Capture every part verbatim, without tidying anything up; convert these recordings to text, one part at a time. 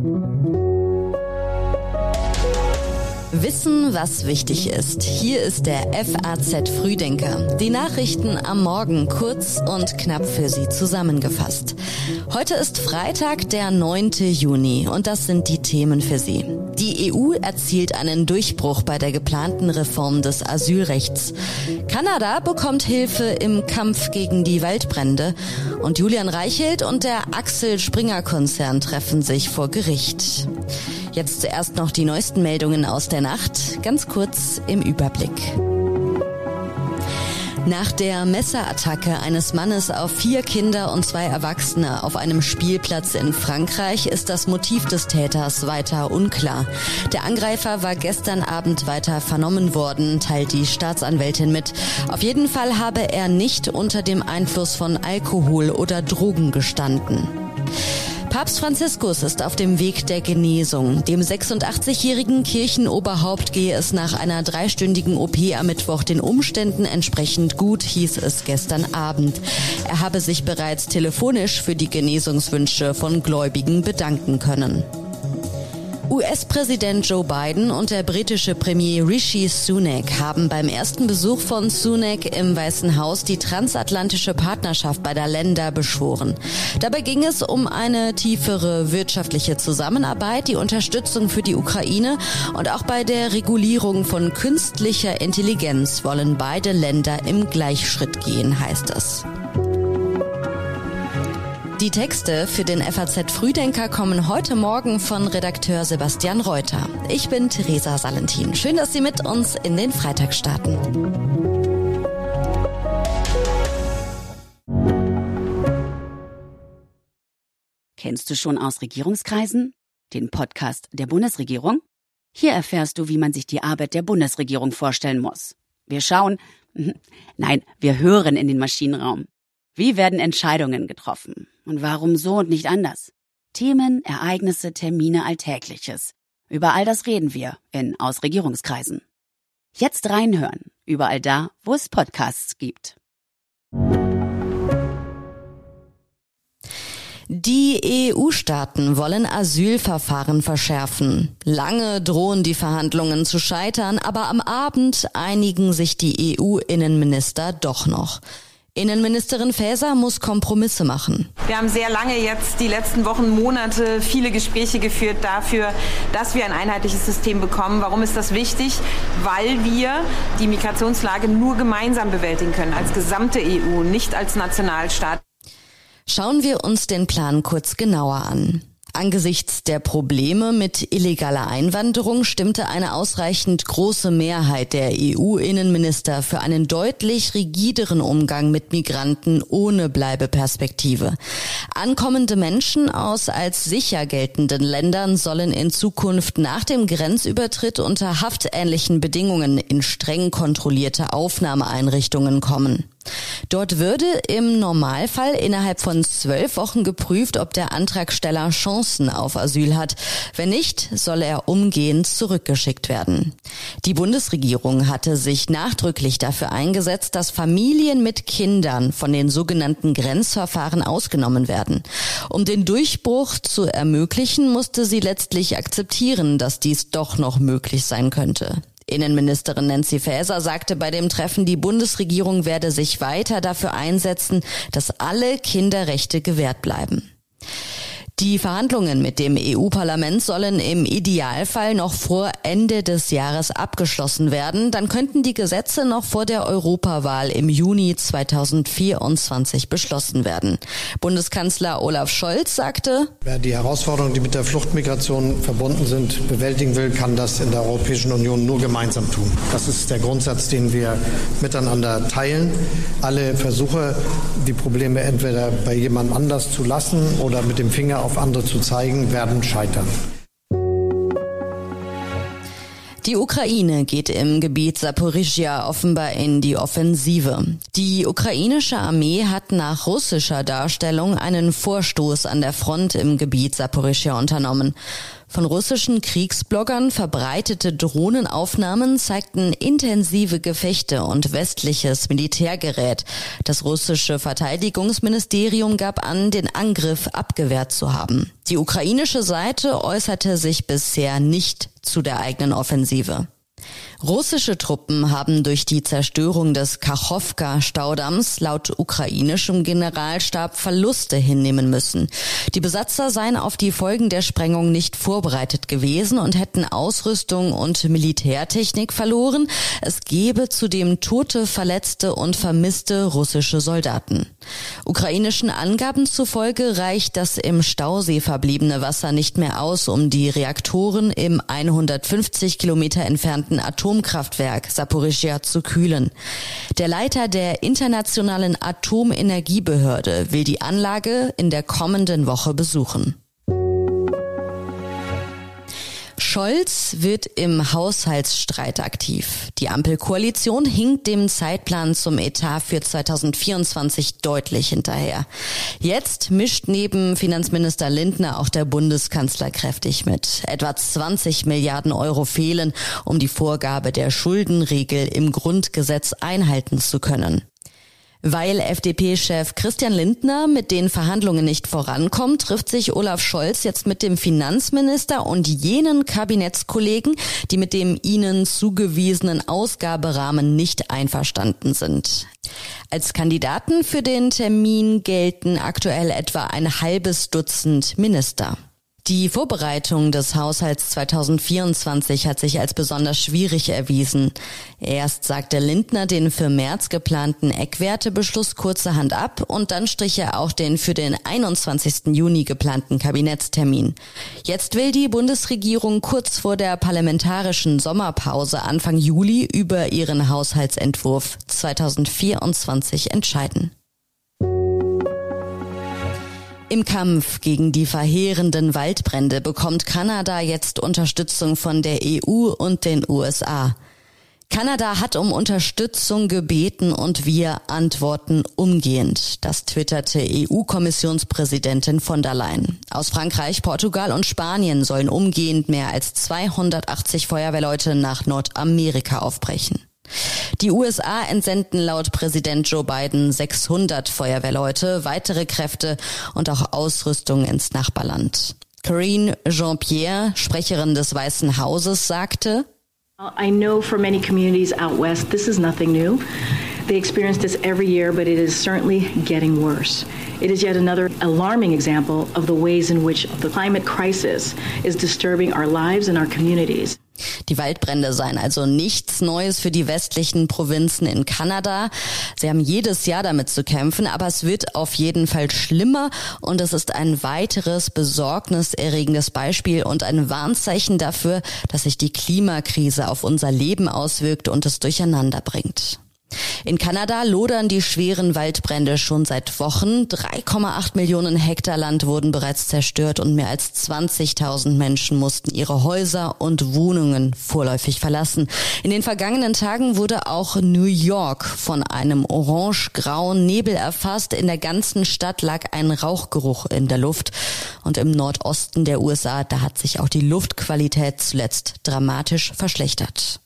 Wissen, was wichtig ist. Hier ist der F A Z Frühdenker. Die Nachrichten am Morgen kurz und knapp für Sie zusammengefasst. Heute ist Freitag, der neunte Juni, und das sind die Themen für Sie. Die E U erzielt einen Durchbruch bei der geplanten Reform des Asylrechts. Kanada bekommt Hilfe im Kampf gegen die Waldbrände. Und Julian Reichelt und der Axel Springer Konzern treffen sich vor Gericht. Jetzt zuerst noch die neuesten Meldungen aus der Nacht, ganz kurz im Überblick. Nach der Messerattacke eines Mannes auf vier Kinder und zwei Erwachsene auf einem Spielplatz in Frankreich ist das Motiv des Täters weiter unklar. Der Angreifer war gestern Abend weiter vernommen worden, teilt die Staatsanwältin mit. Auf jeden Fall habe er nicht unter dem Einfluss von Alkohol oder Drogen gestanden. Papst Franziskus ist auf dem Weg der Genesung. Dem sechsundachtzigjährigen Kirchenoberhaupt gehe es nach einer dreistündigen O P am Mittwoch den Umständen entsprechend gut, hieß es gestern Abend. Er habe sich bereits telefonisch für die Genesungswünsche von Gläubigen bedanken können. U S-Präsident Joe Biden und der britische Premier Rishi Sunak haben beim ersten Besuch von Sunak im Weißen Haus die transatlantische Partnerschaft beider Länder beschworen. Dabei ging es um eine tiefere wirtschaftliche Zusammenarbeit, die Unterstützung für die Ukraine und auch bei der Regulierung von künstlicher Intelligenz wollen beide Länder im Gleichschritt gehen, heißt es. Die Texte für den F A Z Frühdenker kommen heute Morgen von Redakteur Sebastian Reuter. Ich bin Theresa Salentin. Schön, dass Sie mit uns in den Freitag starten. Kennst du schon aus Regierungskreisen? Den Podcast der Bundesregierung? Hier erfährst du, wie man sich die Arbeit der Bundesregierung vorstellen muss. Wir schauen, nein, wir hören in den Maschinenraum. Wie werden Entscheidungen getroffen? Und warum so und nicht anders? Themen, Ereignisse, Termine, Alltägliches. Über all das reden wir in Aus Regierungskreisen. Jetzt reinhören, überall da, wo es Podcasts gibt. Die E U-Staaten wollen Asylverfahren verschärfen. Lange drohen die Verhandlungen zu scheitern, aber am Abend einigen sich die E U-Innenminister doch noch. Innenministerin Faeser muss Kompromisse machen. Wir haben sehr lange jetzt, die letzten Wochen, Monate, viele Gespräche geführt dafür, dass wir ein einheitliches System bekommen. Warum ist das wichtig? Weil wir die Migrationslage nur gemeinsam bewältigen können, als gesamte E U, nicht als Nationalstaat. Schauen wir uns den Plan kurz genauer an. Angesichts der Probleme mit illegaler Einwanderung stimmte eine ausreichend große Mehrheit der E U-Innenminister für einen deutlich rigideren Umgang mit Migranten ohne Bleibeperspektive. Ankommende Menschen aus als sicher geltenden Ländern sollen in Zukunft nach dem Grenzübertritt unter haftähnlichen Bedingungen in streng kontrollierte Aufnahmeeinrichtungen kommen. Dort würde im Normalfall innerhalb von zwölf Wochen geprüft, ob der Antragsteller Chancen auf Asyl hat. Wenn nicht, soll er umgehend zurückgeschickt werden. Die Bundesregierung hatte sich nachdrücklich dafür eingesetzt, dass Familien mit Kindern von den sogenannten Grenzverfahren ausgenommen werden. Um den Durchbruch zu ermöglichen, musste sie letztlich akzeptieren, dass dies doch noch möglich sein könnte. Innenministerin Nancy Faeser sagte bei dem Treffen, die Bundesregierung werde sich weiter dafür einsetzen, dass alle Kinderrechte gewährt bleiben. Die Verhandlungen mit dem E U-Parlament sollen im Idealfall noch vor Ende des Jahres abgeschlossen werden. Dann könnten die Gesetze noch vor der Europawahl im Juni zweitausendvierundzwanzig beschlossen werden. Bundeskanzler Olaf Scholz sagte: Wer die Herausforderungen, die mit der Fluchtmigration verbunden sind, bewältigen will, kann das in der Europäischen Union nur gemeinsam tun. Das ist der Grundsatz, den wir miteinander teilen. Alle Versuche, die Probleme entweder bei jemand anders zu lassen oder mit dem Finger auf andere zu zeigen, werden scheitern. Die Ukraine geht im Gebiet Saporischschja offenbar in die Offensive. Die ukrainische Armee hat nach russischer Darstellung einen Vorstoß an der Front im Gebiet Saporischschja unternommen. Von russischen Kriegsbloggern verbreitete Drohnenaufnahmen zeigten intensive Gefechte und westliches Militärgerät. Das russische Verteidigungsministerium gab an, den Angriff abgewehrt zu haben. Die ukrainische Seite äußerte sich bisher nicht zu der eigenen Offensive. Russische Truppen haben durch die Zerstörung des Kachowka-Staudamms laut ukrainischem Generalstab Verluste hinnehmen müssen. Die Besatzer seien auf die Folgen der Sprengung nicht vorbereitet gewesen und hätten Ausrüstung und Militärtechnik verloren. Es gebe zudem tote, verletzte und vermisste russische Soldaten. Ukrainischen Angaben zufolge reicht das im Stausee verbliebene Wasser nicht mehr aus, um die Reaktoren im hundertfünfzig Kilometer entfernten Atomkraftwerk Saporischschja zu kühlen. Der Leiter der Internationalen Atomenergiebehörde will die Anlage in der kommenden Woche besuchen. Scholz wird im Haushaltsstreit aktiv. Die Ampelkoalition hinkt dem Zeitplan zum Etat für zweitausendvierundzwanzig deutlich hinterher. Jetzt mischt neben Finanzminister Lindner auch der Bundeskanzler kräftig mit. Etwa zwanzig Milliarden Euro fehlen, um die Vorgabe der Schuldenregel im Grundgesetz einhalten zu können. Weil F D P-Chef Christian Lindner mit den Verhandlungen nicht vorankommt, trifft sich Olaf Scholz jetzt mit dem Finanzminister und jenen Kabinettskollegen, die mit dem ihnen zugewiesenen Ausgaberahmen nicht einverstanden sind. Als Kandidaten für den Termin gelten aktuell etwa ein halbes Dutzend Minister. Die Vorbereitung des Haushalts zweitausendvierundzwanzig hat sich als besonders schwierig erwiesen. Erst sagte Lindner den für März geplanten Eckwertebeschluss kurzerhand ab und dann strich er auch den für den einundzwanzigsten Juni geplanten Kabinettstermin. Jetzt will die Bundesregierung kurz vor der parlamentarischen Sommerpause Anfang Juli über ihren Haushaltsentwurf zweitausendvierundzwanzig entscheiden. Im Kampf gegen die verheerenden Waldbrände bekommt Kanada jetzt Unterstützung von der E U und den U S A. Kanada hat um Unterstützung gebeten und wir antworten umgehend. Das twitterte E U-Kommissionspräsidentin von der Leyen. Aus Frankreich, Portugal und Spanien sollen umgehend mehr als zweihundertachtzig Feuerwehrleute nach Nordamerika aufbrechen. Die U S A entsenden laut Präsident Joe Biden sechshundert Feuerwehrleute, weitere Kräfte und auch Ausrüstung ins Nachbarland. Karine Jean-Pierre, Sprecherin des Weißen Hauses, sagte: I know for many communities out west this is nothing new. They experience this every year, but it is certainly getting worse. It is yet another alarming example of the ways in which the climate crisis is disturbing our lives and our communities. Die Waldbrände seien also nichts Neues für die westlichen Provinzen in Kanada. Sie haben jedes Jahr damit zu kämpfen, aber es wird auf jeden Fall schlimmer und es ist ein weiteres besorgniserregendes Beispiel und ein Warnzeichen dafür, dass sich die Klimakrise auf unser Leben auswirkt und es durcheinander bringt. In Kanada lodern die schweren Waldbrände schon seit Wochen. drei Komma acht Millionen Hektar Land wurden bereits zerstört und mehr als zwanzigtausend Menschen mussten ihre Häuser und Wohnungen vorläufig verlassen. In den vergangenen Tagen wurde auch New York von einem orange-grauen Nebel erfasst. In der ganzen Stadt lag ein Rauchgeruch in der Luft. Und im Nordosten der U S A, da hat sich auch die Luftqualität zuletzt dramatisch verschlechtert.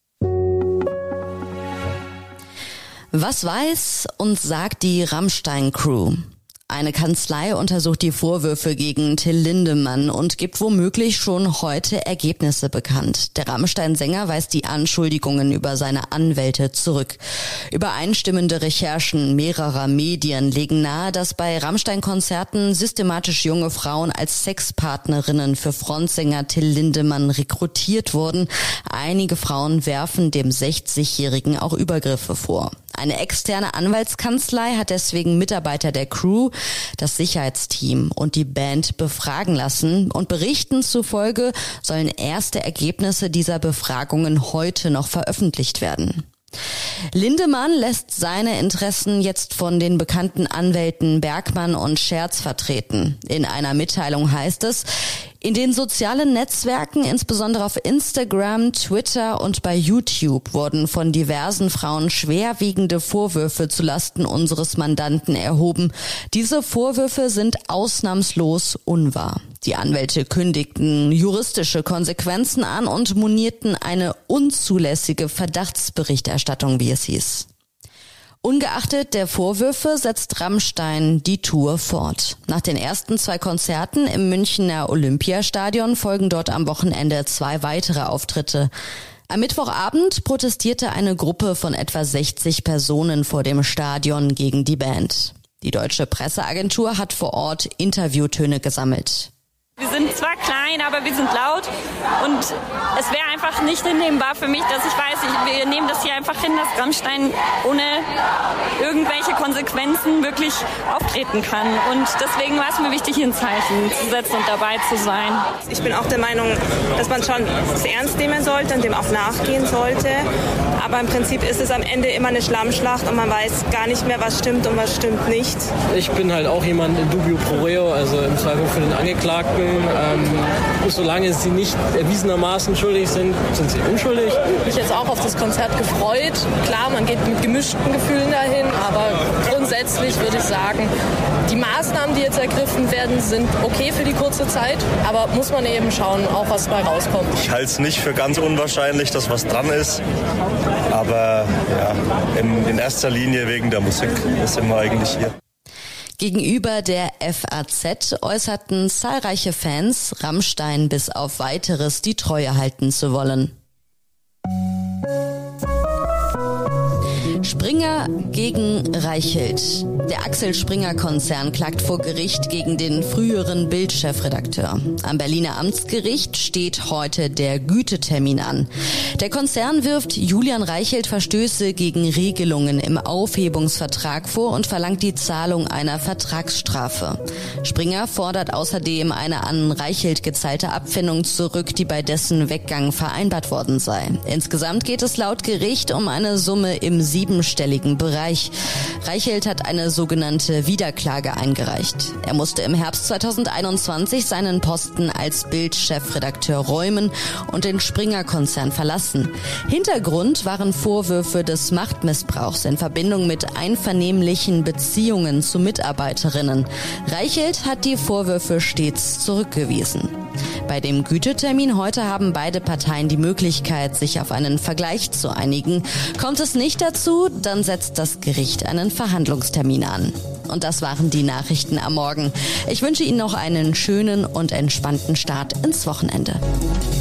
Was weiß und sagt die Rammstein-Crew? Eine Kanzlei untersucht die Vorwürfe gegen Till Lindemann und gibt womöglich schon heute Ergebnisse bekannt. Der Rammstein-Sänger weist die Anschuldigungen über seine Anwälte zurück. Übereinstimmende Recherchen mehrerer Medien legen nahe, dass bei Rammstein-Konzerten systematisch junge Frauen als Sexpartnerinnen für Frontsänger Till Lindemann rekrutiert wurden. Einige Frauen werfen dem sechzigjährigen auch Übergriffe vor. Eine externe Anwaltskanzlei hat deswegen Mitarbeiter der Crew, das Sicherheitsteam und die Band befragen lassen und Berichten zufolge sollen erste Ergebnisse dieser Befragungen heute noch veröffentlicht werden. Lindemann lässt seine Interessen jetzt von den bekannten Anwälten Bergmann und Scherz vertreten. In einer Mitteilung heißt es: In den sozialen Netzwerken, insbesondere auf Instagram, Twitter und bei YouTube, wurden von diversen Frauen schwerwiegende Vorwürfe zulasten unseres Mandanten erhoben. Diese Vorwürfe sind ausnahmslos unwahr. Die Anwälte kündigten juristische Konsequenzen an und monierten eine unzulässige Verdachtsberichterstattung, wie es hieß. Ungeachtet der Vorwürfe setzt Rammstein die Tour fort. Nach den ersten zwei Konzerten im Münchner Olympiastadion folgen dort am Wochenende zwei weitere Auftritte. Am Mittwochabend protestierte eine Gruppe von etwa sechzig Personen vor dem Stadion gegen die Band. Die deutsche Presseagentur hat vor Ort Interviewtöne gesammelt. Wir sind zwar klein, aber wir sind laut und es wäre einfach nicht hinnehmbar für mich, dass ich weiß, ich, wir nehmen das hier einfach hin, dass Rammstein ohne irgendwelche Konsequenzen wirklich auftreten kann. Und deswegen war es mir wichtig, hier ein Zeichen zu setzen und dabei zu sein. Ich bin auch der Meinung, dass man schon es ernst nehmen sollte und dem auch nachgehen sollte. Aber im Prinzip ist es am Ende immer eine Schlammschlacht und man weiß gar nicht mehr, was stimmt und was stimmt nicht. Ich bin halt auch jemand in dubio pro reo, also im Zweifel für den Angeklagten. Ähm, solange sie nicht erwiesenermaßen schuldig sind, sind sie unschuldig. Ich habe mich jetzt auch auf das Konzert gefreut. Klar, man geht mit gemischten Gefühlen dahin, aber grundsätzlich würde ich sagen, die Maßnahmen, die jetzt ergriffen werden, sind okay für die kurze Zeit, aber muss man eben schauen, auch was dabei rauskommt. Ich halte es nicht für ganz unwahrscheinlich, dass was dran ist, aber ja, in, in erster Linie wegen der Musik sind wir eigentlich hier. Gegenüber der F A Z äußerten zahlreiche Fans, Rammstein bis auf Weiteres die Treue halten zu wollen. Springer gegen Reichelt. Der Axel Springer Konzern klagt vor Gericht gegen den früheren Bild-Chefredakteur. Am Berliner Amtsgericht steht heute der Gütetermin an. Der Konzern wirft Julian Reichelt Verstöße gegen Regelungen im Aufhebungsvertrag vor und verlangt die Zahlung einer Vertragsstrafe. Springer fordert außerdem eine an Reichelt gezahlte Abfindung zurück, die bei dessen Weggang vereinbart worden sei. Insgesamt geht es laut Gericht um eine Summe im siebenstelligen Bereich. Reichelt hat eine sogenannte Wiederklage eingereicht. Er musste im Herbst zweitausendeinundzwanzig seinen Posten als Bild-Chefredakteur räumen und den Springer-Konzern verlassen. Hintergrund waren Vorwürfe des Machtmissbrauchs in Verbindung mit einvernehmlichen Beziehungen zu Mitarbeiterinnen. Reichelt hat die Vorwürfe stets zurückgewiesen. Bei dem Gütetermin heute haben beide Parteien die Möglichkeit, sich auf einen Vergleich zu einigen. Kommt es nicht dazu, dann setzt das Gericht einen Verhandlungstermin an. Und das waren die Nachrichten am Morgen. Ich wünsche Ihnen noch einen schönen und entspannten Start ins Wochenende.